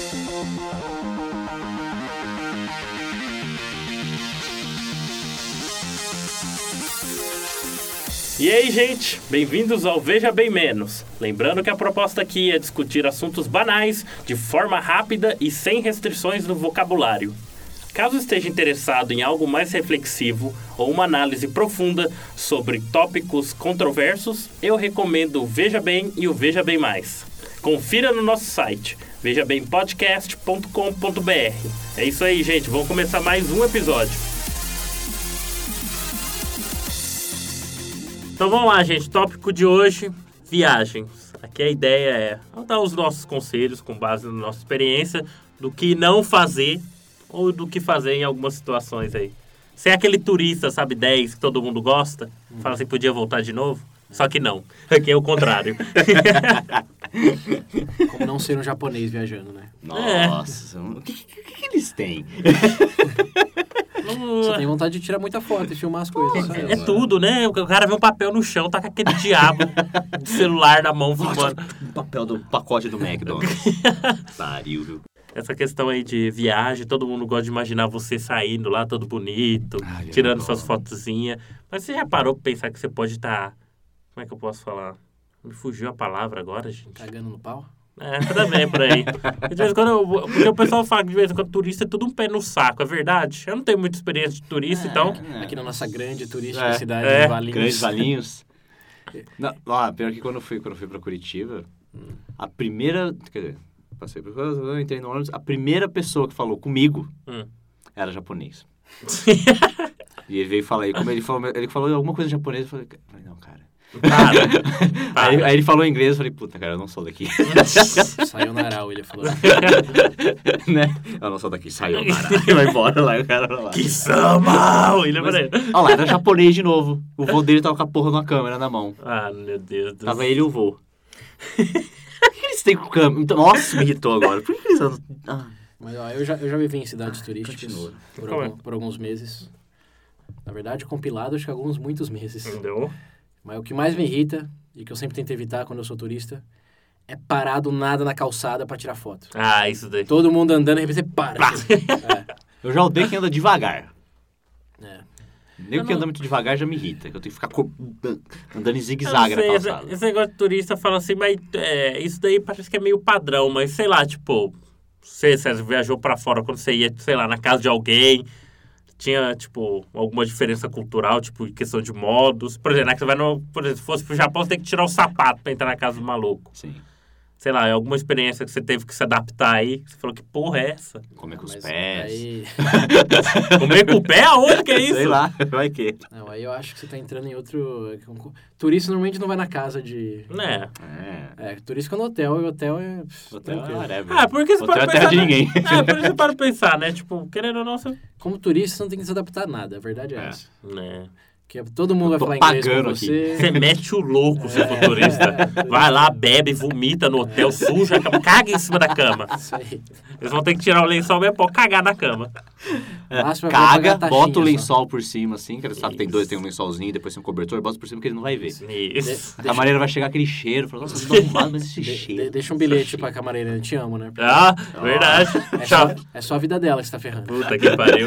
E aí, gente, bem-vindos ao Veja Bem Menos. Lembrando que a proposta aqui é discutir assuntos banais, de forma rápida e sem restrições no vocabulário. Caso esteja interessado em algo mais reflexivo ou uma análise profunda sobre tópicos controversos, eu recomendo o Veja Bem e o Veja Bem Mais. Confira no nosso site, vejabempodcast.com.br. É isso aí, gente, vamos começar mais um episódio. Então vamos lá, gente. Tópico de hoje, viagens. Aqui a ideia é dar os nossos conselhos com base na nossa experiência do que não fazer ou do que fazer em algumas situações aí. Você é aquele turista, sabe, 10 que todo mundo gosta, fala assim, podia voltar de novo? Só que não. Aqui é o contrário. Como não ser um japonês viajando, né? Nossa, o que eles têm? Você tem vontade de tirar muita foto e filmar as coisas. É tudo, né? O cara vê um papel no chão, tá com aquele diabo de celular na mão filmando. O papel do pacote do McDonald's. Pariu, viu? Essa questão aí de viagem, todo mundo gosta de imaginar você saindo lá todo bonito, tirando suas fotozinhas. Mas você já parou pra pensar que você pode estar... Como é que eu posso falar? Me fugiu a palavra agora, gente. Cagando no pau? É, também por aí. De vez em quando, porque o pessoal fala que de vez em quando turista é tudo um pé no saco, é verdade? Eu não tenho muita experiência de turista, então... Aqui na nossa grande turística cidade de Valinhos. Grandes Valinhos. Não, pior que quando eu fui pra Curitiba, a primeira... Quer dizer, passei por coisa, eu entrei no ônibus, a primeira pessoa que falou comigo era japonês. E ele veio falar, ele falou alguma coisa em japonês, eu falei, não, cara... Aí ele falou em inglês, eu falei, puta, cara, eu não sou daqui. Sayonara, ele falou. Né? Eu não sou daqui, sayonara. Vai embora lá, o cara lá. Kisama! Olha lá, era japonês de novo. O voo dele tava com a porra de uma câmera na mão. Ah, meu Deus do céu. Tava ele e o voo. Por que eles têm com câmera? Então, nossa, me irritou agora. Por que eles andam... Mas ó, eu já vivi em cidades turísticas Continua. por alguns meses. Na verdade, compilado, acho que muitos meses. Entendeu? Mas o que mais me irrita, e que eu sempre tento evitar quando eu sou turista, é parar do nada na calçada pra tirar foto. Ah, isso daí. Todo mundo andando, e de repente você para. Eu já odeio quem anda devagar. Nem que anda muito devagar já me irrita. Que eu tenho que ficar andando em zigue-zague na calçada. Esse negócio de turista fala assim, mas isso daí parece que é meio padrão, mas sei lá, tipo, você viajou pra fora quando você ia, sei lá, na casa de alguém... Tinha, tipo, alguma diferença cultural, tipo, em questão de modos. Por exemplo, você vai por exemplo, se fosse pro Japão, você tem que tirar o sapato pra entrar na casa do maluco. Sim. Sei lá, é alguma experiência que você teve que se adaptar aí. Você falou, que porra é essa? Comer com os pés. Aí... Comer com o pé? Aonde que é isso? Sei lá, vai que. Não, aí eu acho que você tá entrando em outro... Turista normalmente não vai na casa de... Turista fica no hotel, e hotel é... Hotel é whatever. Porque você hotel pode é terra pensar... de ninguém. Por isso você pode pensar, né? Tipo, querendo ou não, você... Como turista, você não tem que se adaptar a nada, a verdade é essa. Né? Porque todo mundo vai falar inglês com você. Você mete o louco, se for turista. Vai lá, bebe, vomita no hotel, suja a cama, caga em cima da cama. Isso aí. Eles vão ter que tirar o lençol mesmo pra cagar na cama. Caga, bota o lençol por cima, assim, que ele sabe que tem um lençolzinho, depois tem um cobertor, bota por cima que ele não vai ver. Isso. A camareira vai chegar aquele cheiro, fala, nossa, eu tô arrumado, mas esse cheiro. Deixa um bilhete pra camareira, eu te amo, né? Porque... verdade. É só a vida dela que você tá ferrando. Puta que pariu.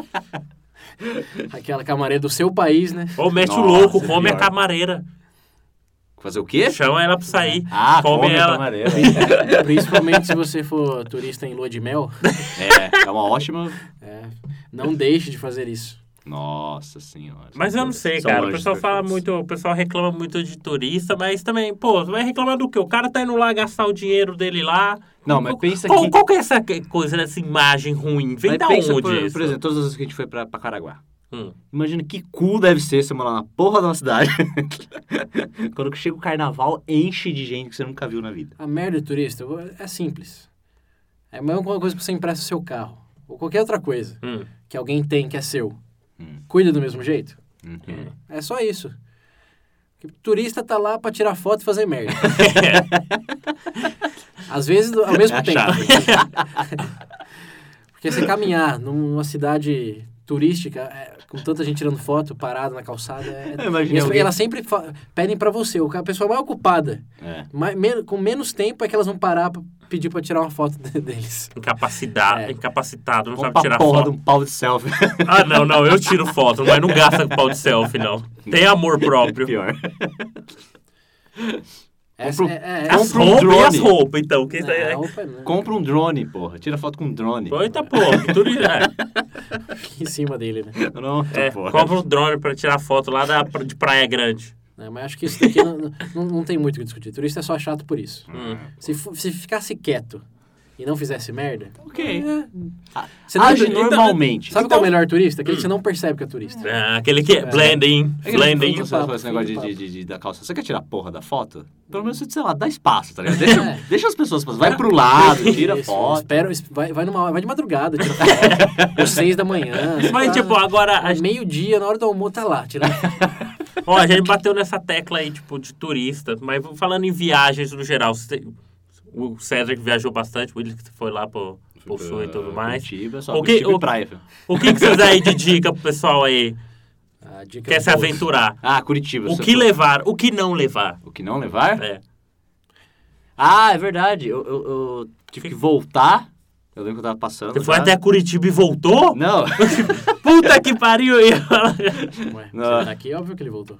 Aquela camareira do seu país, né? Ou mete o louco, come a camareira. Fazer o quê? Chama ela pra sair. Come ela. A camareira. Principalmente se você for turista em lua de mel. É uma ótima... Não deixe de fazer isso. Nossa senhora. Mas eu não sei, cara. O pessoal fala muito, o pessoal reclama muito de turista, mas também, você vai reclamar do quê? O cara tá indo lá gastar o dinheiro dele lá. Não, mas pensa que... Qual que é essa coisa, essa imagem ruim? Vem da onde isso? Por exemplo, todas as vezes que a gente foi pra Caraguá. Imagina que cool deve ser você morar na porra da uma cidade. Quando chega o carnaval, enche de gente que você nunca viu na vida. A merda de turista é simples. É a mesma coisa que você empresta o seu carro. Ou qualquer outra coisa que alguém tem, que é seu. Cuida do mesmo jeito? É só isso. O turista tá lá pra tirar foto e fazer merda. Às vezes, ao mesmo tempo. Porque você caminhar numa cidade turística, com tanta gente tirando foto, parada na calçada. E elas sempre pedem pra você, a pessoa mais ocupada, com menos tempo é que elas vão parar pra pedir pra tirar uma foto deles. Incapacitado, não sabe tirar foto. De um pau de selfie. Não, eu tiro foto, mas não gasta com pau de selfie, não. Tem amor próprio. Pior. As roupas, então. Compra um drone, porra. Tira foto com um drone. Eita, porra. Em cima dele, né? Compra um drone pra tirar foto lá de Praia Grande. Mas acho que isso daqui não tem muito o que discutir. Turista é só chato por isso. Se ficasse quieto e não fizesse merda... Ok. Você age normalmente. Sabe qual é o melhor turista? Aquele que você não percebe que é turista. Aquele que é blending. Esse negócio da calça. Você quer tirar a porra da foto? Pelo menos, sei lá, dá espaço, tá ligado? Deixa as pessoas passar. Vai pro lado, tira foto. Vai de madrugada, tira foto. Às 6 da manhã. Mas, tipo, agora... Meio-dia, na hora do almoço, tá lá, tirando foto. A gente bateu nessa tecla aí, tipo, de turista. Mas falando em viagens no geral, o César que viajou bastante, o Willis que foi lá pro Sul e tudo mais. Curitiba, Curitiba e praia. O que vocês dão aí de dica pro pessoal aí? Quer se aventurar? Curitiba. O que levar, o que não levar? O que não levar? É verdade. Eu tive que voltar. Eu lembro que eu tava passando. Você foi até Curitiba e voltou? Não. Puta que pariu! Ué, você tá aqui, óbvio que ele voltou.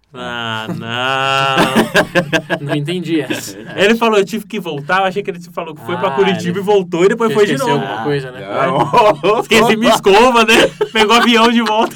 Não. Não entendi essa. Ele falou, eu tive que voltar. Eu achei que ele falou que foi pra Curitiba e voltou e depois foi de novo. Alguma coisa, né? Esqueci minha escova, né? Pegou o avião de volta.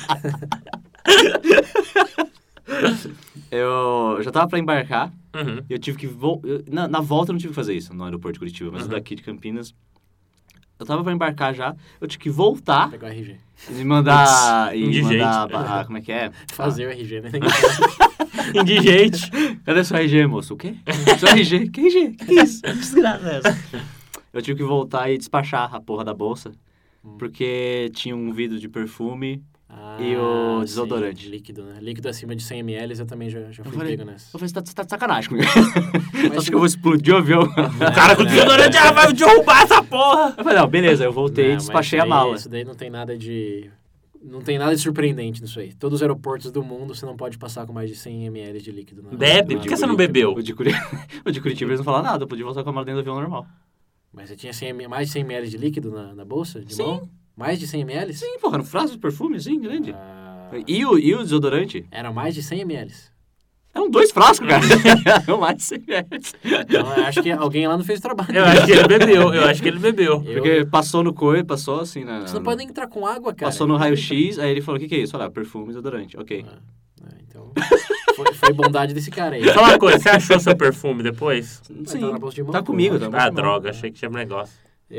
Eu já tava pra embarcar. Eu tive que na volta eu não tive que fazer isso no aeroporto de Curitiba, mas daqui de Campinas. Eu tava pra embarcar já, eu tinha que voltar. Pegar o RG. E mandar... como é que é? Fazer o RG, né? Indigente. Cadê seu RG, moço? O quê? Seu RG? Que RG? Que isso? Que desgraça é essa? Eu tive que voltar e despachar a porra da bolsa. Porque tinha um vidro de perfume e o desodorante. Sim, líquido, né? Líquido acima de 100 ml, eu também já fui pego nessa. Eu falei, você tá de sacanagem comigo. Acho que eu vou explodir o avião. O cara com o desodorante vai derrubar essa porra. Eu falei, não, beleza, eu voltei e despachei a mala. Isso daí não tem nada de surpreendente nisso aí. Todos os aeroportos do mundo você não pode passar com mais de 100 ml de líquido. Bebe? Por que você não bebeu? O de Curitiba eles não falaram nada, eu podia voltar com a mala dentro do avião normal. Mas você tinha mais de 100 ml de líquido na bolsa? De mão? Mais de 100 ml? Sim, porra, no frasco de perfume, assim, grande. E o desodorante? Era mais de 100 ml. Eram 2 frascos, cara. Eram mais de 100 ml. Então, eu acho que alguém lá não fez o trabalho. Eu acho que ele bebeu. Porque passou no coelho, passou assim, né? Você não pode nem entrar com água, cara. Passou no raio-x, aí ele falou, o que é isso? Olha, perfume e desodorante. Ok. Então, foi bondade desse cara aí. Só uma coisa, você achou seu perfume depois? Sim, tá na bolsa de mão, tá comigo. Droga, achei que tinha um negócio.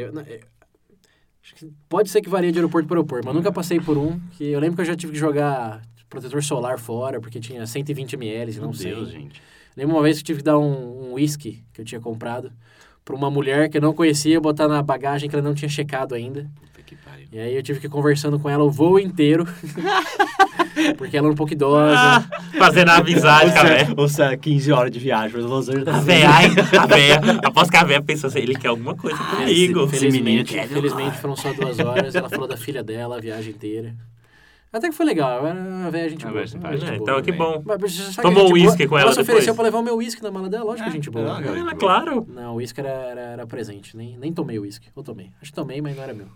Acho que pode ser que varia de aeroporto para aeroporto, mas nunca passei por um. Que eu lembro que eu já tive que jogar protetor solar fora, porque tinha 120 ml, não sei. Meu Deus, gente. Lembro uma vez que eu tive que dar um whisky que eu tinha comprado para uma mulher que eu não conhecia, botar na bagagem que ela não tinha checado ainda. Puta que pariu. E aí eu tive que ir conversando com ela o voo inteiro. Porque ela era um pouco idosa. Fazendo a amizade com a véia. Ou seja, 15 horas de viagem para Los Angeles. A véia, após que a véia pensou assim, ele quer alguma coisa comigo. Felizmente foram só 2 horas. Ela falou da filha dela a viagem inteira. Até que foi legal, era uma velha gente boa. Então, que bom. Tomou uísque com ela depois? Ela se ofereceu depois? pra levar o meu uísque na mala dela, lógico que gente boa. Claro. Não, o uísque era presente, nem tomei o uísque. Ou tomei. Acho que tomei, mas não era meu.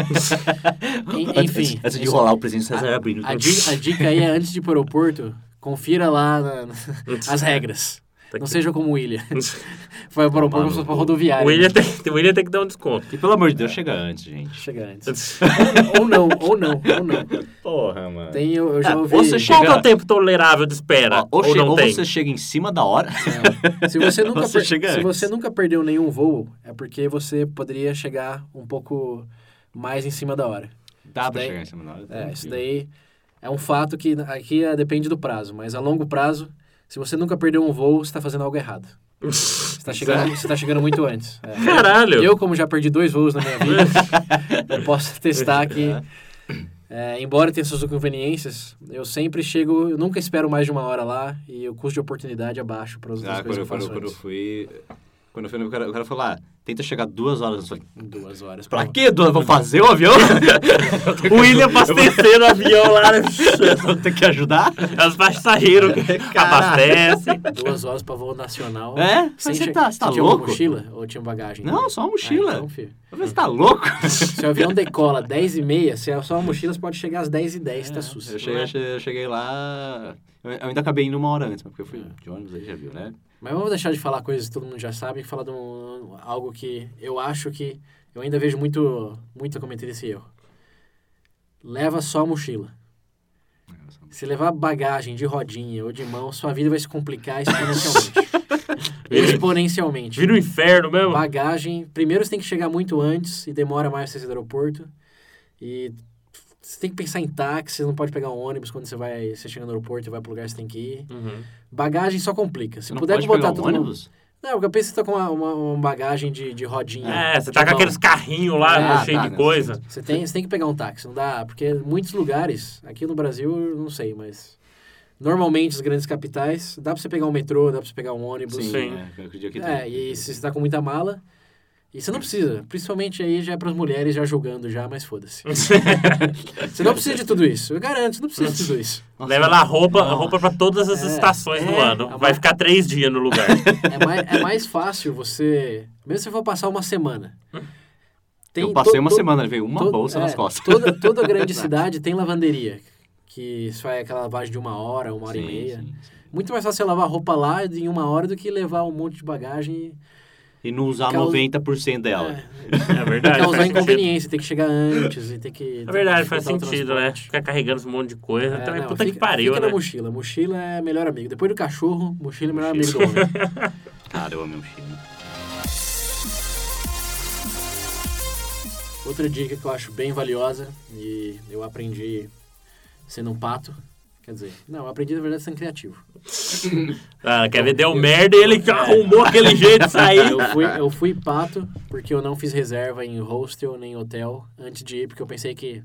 Enfim. Antes de rolar o presente, você vai abrindo. A dica aí é, antes de ir pro aeroporto, confira lá as regras. Não seja como o William. Foi para o rodoviário. O William tem que dar um desconto. E pelo amor de Deus, chega antes, gente. Chega antes. ou não. Porra, mano. Eu já ouvi... Qual que é o tempo tolerável de espera? Ou você chega em cima da hora. Se você nunca perdeu nenhum voo, é porque você poderia chegar um pouco mais em cima da hora. Dá pra chegar em cima da hora. Isso daí é um fato que aqui depende do prazo, mas a longo prazo, se você nunca perdeu um voo, você está fazendo algo errado. Você tá chegando muito antes. Caralho! Eu, como já perdi 2 voos na minha vida, eu posso testar que, embora tenha suas inconveniências, eu sempre chego, eu nunca espero mais de 1 hora lá e o custo de oportunidade é baixo para as outras coisas que eu faço quando Quando eu fui, o cara falou, tenta chegar 2 horas. Eu falei, 2 horas. Pra quê? Vou fazer o avião? O William abastecendo o avião lá, né? Vou ter que ajudar? Os passageiros abastecem. 2 horas pra voo nacional. Você tá tinha louco? Uma mochila ou tinha bagagem? Não, só uma mochila. Então, filho. Você tá louco? Se o avião decola 10h30, se é só uma mochila, você pode chegar às 10h10, tá susto. Eu cheguei lá... Eu ainda acabei indo 1 hora antes, porque eu fui de ônibus, aí já viu, né? Mas vamos deixar de falar coisas que todo mundo já sabe e falar de algo que eu acho que... Eu ainda vejo muito cometer esse erro. Leva só a mochila. Se levar bagagem de rodinha ou de mão, sua vida vai se complicar exponencialmente. Vira um inferno mesmo. Bagagem... Primeiro você tem que chegar muito antes e demora mais pra você sair do aeroporto. E... Você tem que pensar em táxi, você não pode pegar um ônibus quando você chega no aeroporto e vai pro lugar que você tem que ir. Uhum. Bagagem só complica. Se você puder não pode botar pegar um ônibus? Não, porque eu penso que você tá com uma bagagem de rodinha. Você tá com aqueles carrinhos lá, cheio de coisa. Você tem que pegar um táxi, não dá... Porque muitos lugares, aqui no Brasil, eu não sei, mas... Normalmente, as grandes capitais, dá pra você pegar um metrô, dá pra você pegar um ônibus. Sim. E se você tá com muita mala... E você não precisa, principalmente aí já é pras mulheres já julgando já, mas foda-se. Você não precisa de tudo isso, eu garanto, você não precisa de tudo isso. Leva lá roupa pra todas as estações do ano. Vai ficar 3 dias no lugar. É mais fácil você, mesmo se você for passar uma semana. Eu passei uma semana, veio uma bolsa nas costas. Toda grande cidade tem lavanderia, que faz aquela lavagem de 1 hora, 1 hora e meia. Sim. Muito mais fácil você lavar roupa lá em 1 hora do que levar um monte de bagagem e não usar 90% dela. É verdade. Causar inconveniência, ter que chegar antes e ter que... É verdade, faz sentido, né? Ficar carregando um monte de coisa. Também puta que pariu, fica né? na mochila. Mochila é melhor amigo. Depois do cachorro, mochila é melhor amigo do homem. Cara, eu amo mochila. Outra dica que eu acho bem valiosa, e eu aprendi sendo um pato... Quer dizer, não, eu aprendi, na verdade, sendo criativo. Quer ver? Deu merda e ele arrumou aquele jeito de sair. Eu fui pato porque eu não fiz reserva em hostel nem hotel antes de ir, porque eu pensei que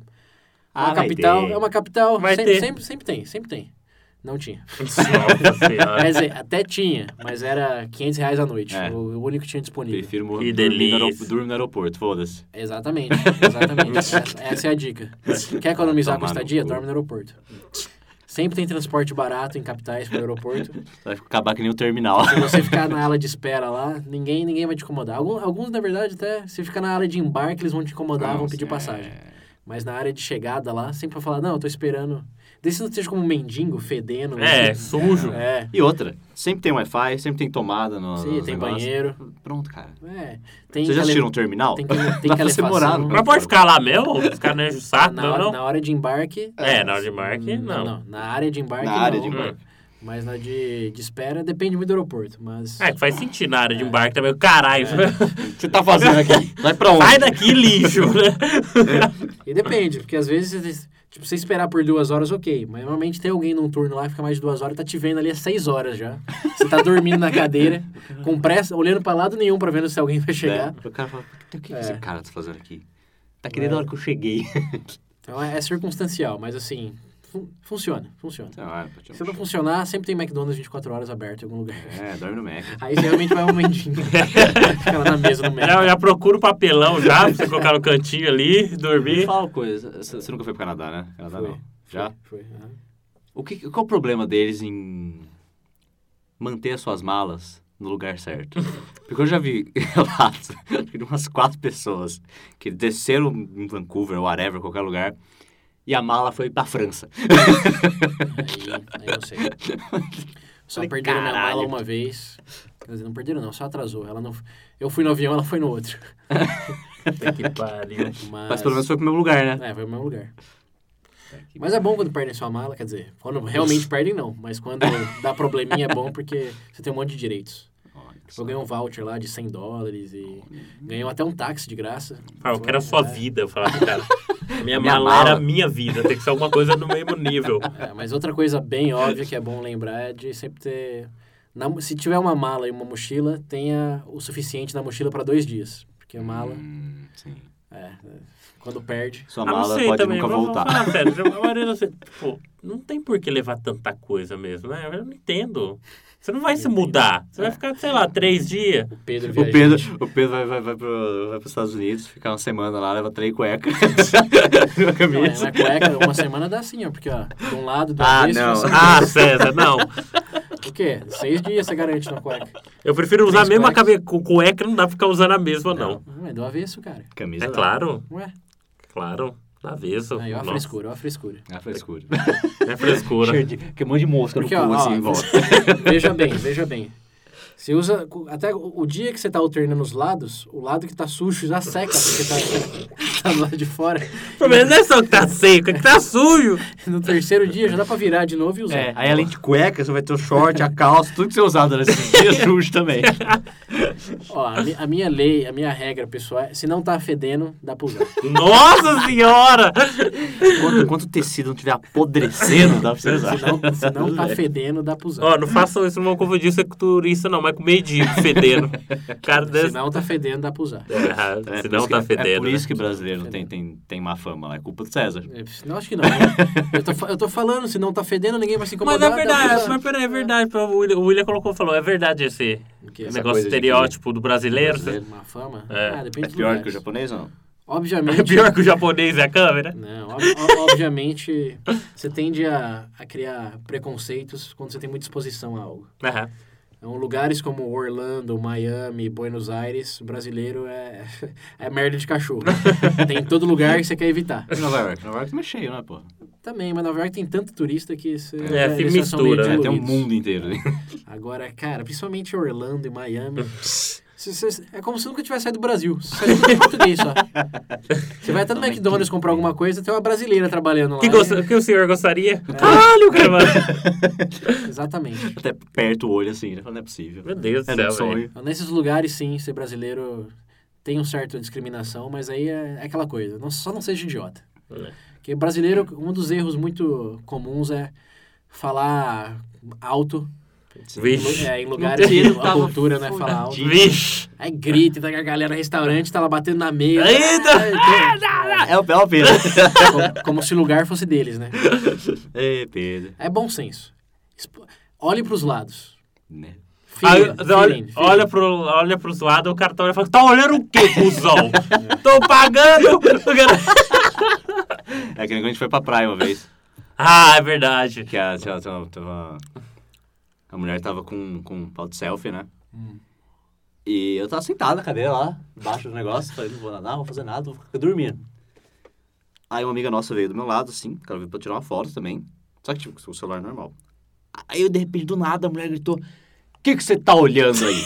é uma capital, sempre tem. Não tinha. Nossa senhora. Quer dizer, até tinha, mas era R$500 a noite, o único que tinha disponível. Prefiro dormir no aeroporto, foda-se. Exatamente. Essa é a dica. Quer economizar com estadia? Dorme no aeroporto. Sempre tem transporte barato em capitais para o aeroporto. Vai acabar que nem o terminal. Se você ficar na ala de espera lá, ninguém vai te incomodar. Alguns, na verdade, até se ficar na área de embarque, eles vão te incomodar, vão pedir passagem. Mas na área de chegada lá, sempre vai falar, não, eu tô esperando. Desde que não seja como um mendigo, fedendo. Sujo. E outra, sempre tem Wi-Fi, sempre tem tomada no Sim, tem banheiro. Pronto, cara. Vocês já assistiram um terminal? Tem calefação. Mas pode ficar lá mesmo? Os caras não enchem o saco, não? Na hora de embarque... na hora de embarque, não. Na área de embarque, Mas na de espera, depende muito do aeroporto, mas... que faz sentido na área de embarque também. Caralho. O que você tá fazendo aqui? Vai pra onde? Sai daqui, lixo, né? E depende, porque às vezes... Tipo, você esperar por 2 horas, ok. Mas normalmente tem alguém num turno lá que fica mais de 2 horas, tá te vendo ali há 6 horas já. Você tá dormindo na cadeira, com pressa, olhando pra lado nenhum pra ver se alguém vai chegar. O cara fala, o que esse cara tá fazendo aqui? Tá aqui desde a hora que eu cheguei. Então é circunstancial, mas assim, funciona. Se não funcionar, sempre tem McDonald's 24 horas aberto em algum lugar. Dorme no Mac. Aí você realmente vai um mendinho. Fica lá na mesa no Mac. Já procura o papelão já, pra você colocar no cantinho ali, dormir. Me fala uma coisa, você nunca foi pro Canadá, né? Canadá não. Já? Foi. Qual o problema deles em manter as suas malas no lugar certo? Porque eu já vi relatos de umas 4 pessoas que desceram em Vancouver, whatever, qualquer lugar, e a mala foi pra França. Aí eu não sei. Só perderam minha mala uma vez. Quer dizer, não perderam não, só atrasou. Eu fui no avião, ela foi no outro. Que pariu. Mas pelo menos foi pro meu lugar, né? Foi pro meu lugar. Mas é bom quando perdem sua mala, quer dizer, quando realmente perdem não, mas quando dá probleminha é bom porque você tem um monte de direitos. Eu ganhei um voucher lá de $100 e ganhei até um táxi de graça. Eu quero a sua vida, eu falava, cara. Minha mala era a minha vida, tem que ser alguma coisa no mesmo nível. Mas outra coisa bem óbvia que é bom lembrar é de sempre ter... se tiver uma mala e uma mochila, tenha o suficiente na mochila para 2 dias. Porque a mala... Sim. Quando perde... Sua mala pode também, nunca voltar. Falar, sério, não tem por que levar tanta coisa mesmo, né? Eu não entendo. Você não vai se mudar. Você vai ficar, sei lá, 3 dias. O Pedro vai para os Estados Unidos, ficar uma semana lá, leva 3 cuecas. Uma camisa. Cueca, uma semana dá assim, ó. Porque, ó, de um lado, do avesso... Não. César, não. O quê? 6 dias você garante na cueca. Eu prefiro usar a mesma cueca, não dá pra ficar usando a mesma, não. Não, é do avesso, cara. Camisa claro. Ué? Claro. Avesso. Aí, ó a frescura, ó a frescura. É a frescura. É frescura. Que um monte de mosca porque, no cu, assim, em volta. Veja bem. Você usa... Até o dia que você tá alternando os lados, o lado que tá sujo já seca, porque tá do lado de fora. O problema não é só que tá seco, é que tá sujo. No terceiro dia já dá pra virar de novo e usar. Aí além de cueca, você vai ter o short, a calça, tudo que você usar durante esse dia sujo também. Ó, a minha lei, a minha regra pessoal é, se não tá fedendo, dá pra usar. Nossa senhora! Enquanto o tecido não estiver apodrecendo, dá pra você usar. Se não tá fedendo, dá pra usar. Ó, não façam isso, não vão confundir isso com turista, não, mas com mendigo fedendo. Cara, se não tá fedendo, dá pra usar. Se não tá fedendo. É por isso que brasileiro tem má fama, é culpa do César. Não, acho que não. Eu tô falando, se não tá fedendo, ninguém vai se incomodar. Mas é verdade, mas peraí, é verdade. O William falou, é verdade esse negócio estereótipo do brasileiro. Má fama? É Depende dos pior lugares. que o japonês ou não? Obviamente... É pior que o japonês e a câmera? Não, obviamente você tende a criar preconceitos quando você tem muita exposição a algo. Aham. Então, lugares como Orlando, Miami, Buenos Aires, o brasileiro é merda de cachorro. Tem em todo lugar que você quer evitar. Nova York também é cheio, né, pô? Também, mas Nova York tem tanto turista que... se mistura, né? Tem um mundo inteiro. Agora, cara, principalmente Orlando e Miami... É como se nunca tivesse saído do Brasil. Você sai tudo em português só. Você vai até no McDonald's comprar alguma coisa, tem uma brasileira trabalhando lá. O que o senhor gostaria? Caralho, cara! Exatamente. Até perto o olho assim, né? Não é possível. Meu Deus do céu, sonho. Então, nesses lugares, sim, ser brasileiro tem um certo discriminação, mas aí é aquela coisa. Só não seja idiota. Porque brasileiro, um dos erros muito comuns é falar alto. Vixe. Em lugares que a cultura não é falar alto. Vixe. Aí grita, tá com a galera no restaurante, tá lá batendo na mesa. É o Pedro. Como se o lugar fosse deles, né? Ei, Pedro. É bom senso. Olhe pros lados. Né? Olha pros lados, o cara tá olhando e fala, tá olhando o quê, cuzão? Tô pagando! É que nem quando a gente foi pra praia uma vez. Ah, é verdade. Que a mulher tava com um pau de selfie, né? E eu tava sentado na cadeira lá, embaixo do negócio. Falei, não vou nadar, não vou fazer nada, vou ficar dormindo. Aí uma amiga nossa veio do meu lado, assim, ela veio pra tirar uma foto também. Só que, tipo, com o celular normal. Aí eu, de repente, do nada, a mulher gritou, o que você tá olhando aí?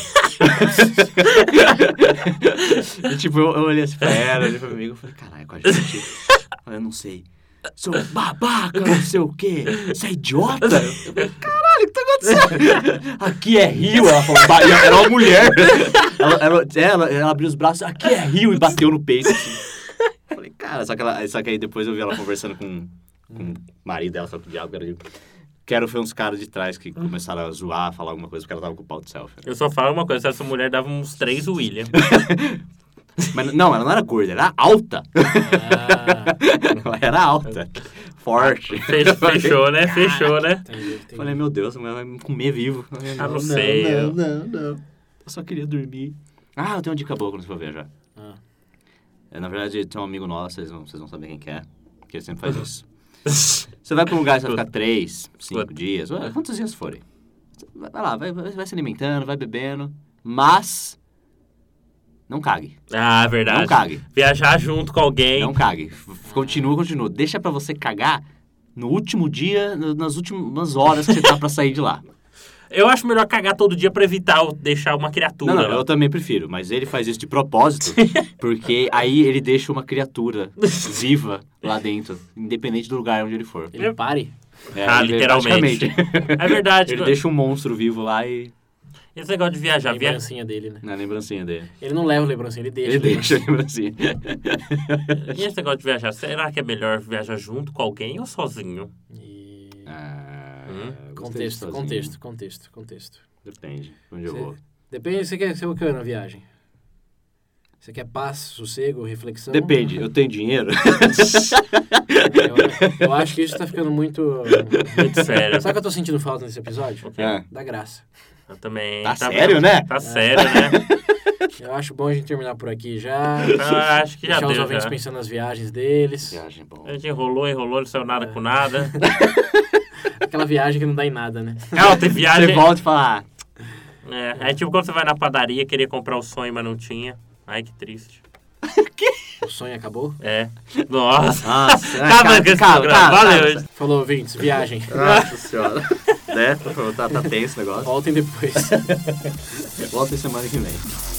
E, tipo, eu olhei assim pra ela, olhei pra minha amiga, eu falei, caralho, com a gente? Eu não sei. Seu babaca, não sei o quê. Você é idiota? Eu falei, caralho, o que tá acontecendo? Aqui é Rio, ela falou, era uma mulher. Ela abriu os braços, aqui é Rio, e bateu no peito, assim. Eu falei, cara, só que aí depois eu vi ela conversando com o marido dela, só que o diabo era eu. Foi uns caras de trás que começaram a zoar, falar alguma coisa, porque ela tava com o pau de selfie. Eu só falo uma coisa, essa mulher dava uns 3 William. Mas não, ela não era gorda, ela era alta. Ela era alta. Forte. Fechou, né? Fechou, né? Entendi. Falei, meu Deus, a mulher vai me comer vivo. Não sei. Não. Eu só queria dormir. Eu tenho uma dica boa quando você for viajar. Na verdade, tem um amigo nosso, vocês vão saber quem que é. Porque ele sempre faz isso. Você vai pra um lugar, você vai ficar 3, 5 dias, quantos dias forem. Vai lá, vai se alimentando, vai bebendo, mas não cague. Ah, verdade. Não cague. Viajar junto com alguém. Não cague. Continua. Deixa pra você cagar no último dia, nas últimas horas que você tá pra sair de lá. Eu acho melhor cagar todo dia pra evitar deixar uma criatura. Não, eu também prefiro. Mas ele faz isso de propósito, porque aí ele deixa uma criatura viva lá dentro, independente do lugar onde ele for. Ele pare. Literalmente. É verdade. Ele deixa um monstro vivo lá e... Esse negócio de viajar. A lembrancinha dele, né? Na lembrancinha dele. Ele não leva a lembrancinha, ele deixa. Ele deixa a lembrancinha. E esse negócio de viajar, será que é melhor viajar junto com alguém ou sozinho? Contexto. Depende de onde eu vou. Depende, você quer ser o que na viagem? Você quer paz, sossego, reflexão? Depende, eu tenho dinheiro? Eu acho que isso tá ficando muito sério. Sabe o que eu tô sentindo falta nesse episódio? É. Da graça. Eu também. Tá sério, né? Tá sério, né? Eu acho bom a gente terminar por aqui já. Acho que já deixar deu, os ouvintes já. pensando nas viagens deles. Viagem bom. A gente enrolou, não saiu nada com nada. Aquela viagem que não dá em nada, né? Tem viagem... Você volta e fala... É tipo quando você vai na padaria, queria comprar o sonho, mas não tinha. Ai, que triste. O sonho acabou? É. Nossa. Cara, com esse programa. Valeu. Falou, ouvintes, viagem. Nossa senhora. Né? Tá tenso o negócio. Voltem depois. Voltem semana que vem.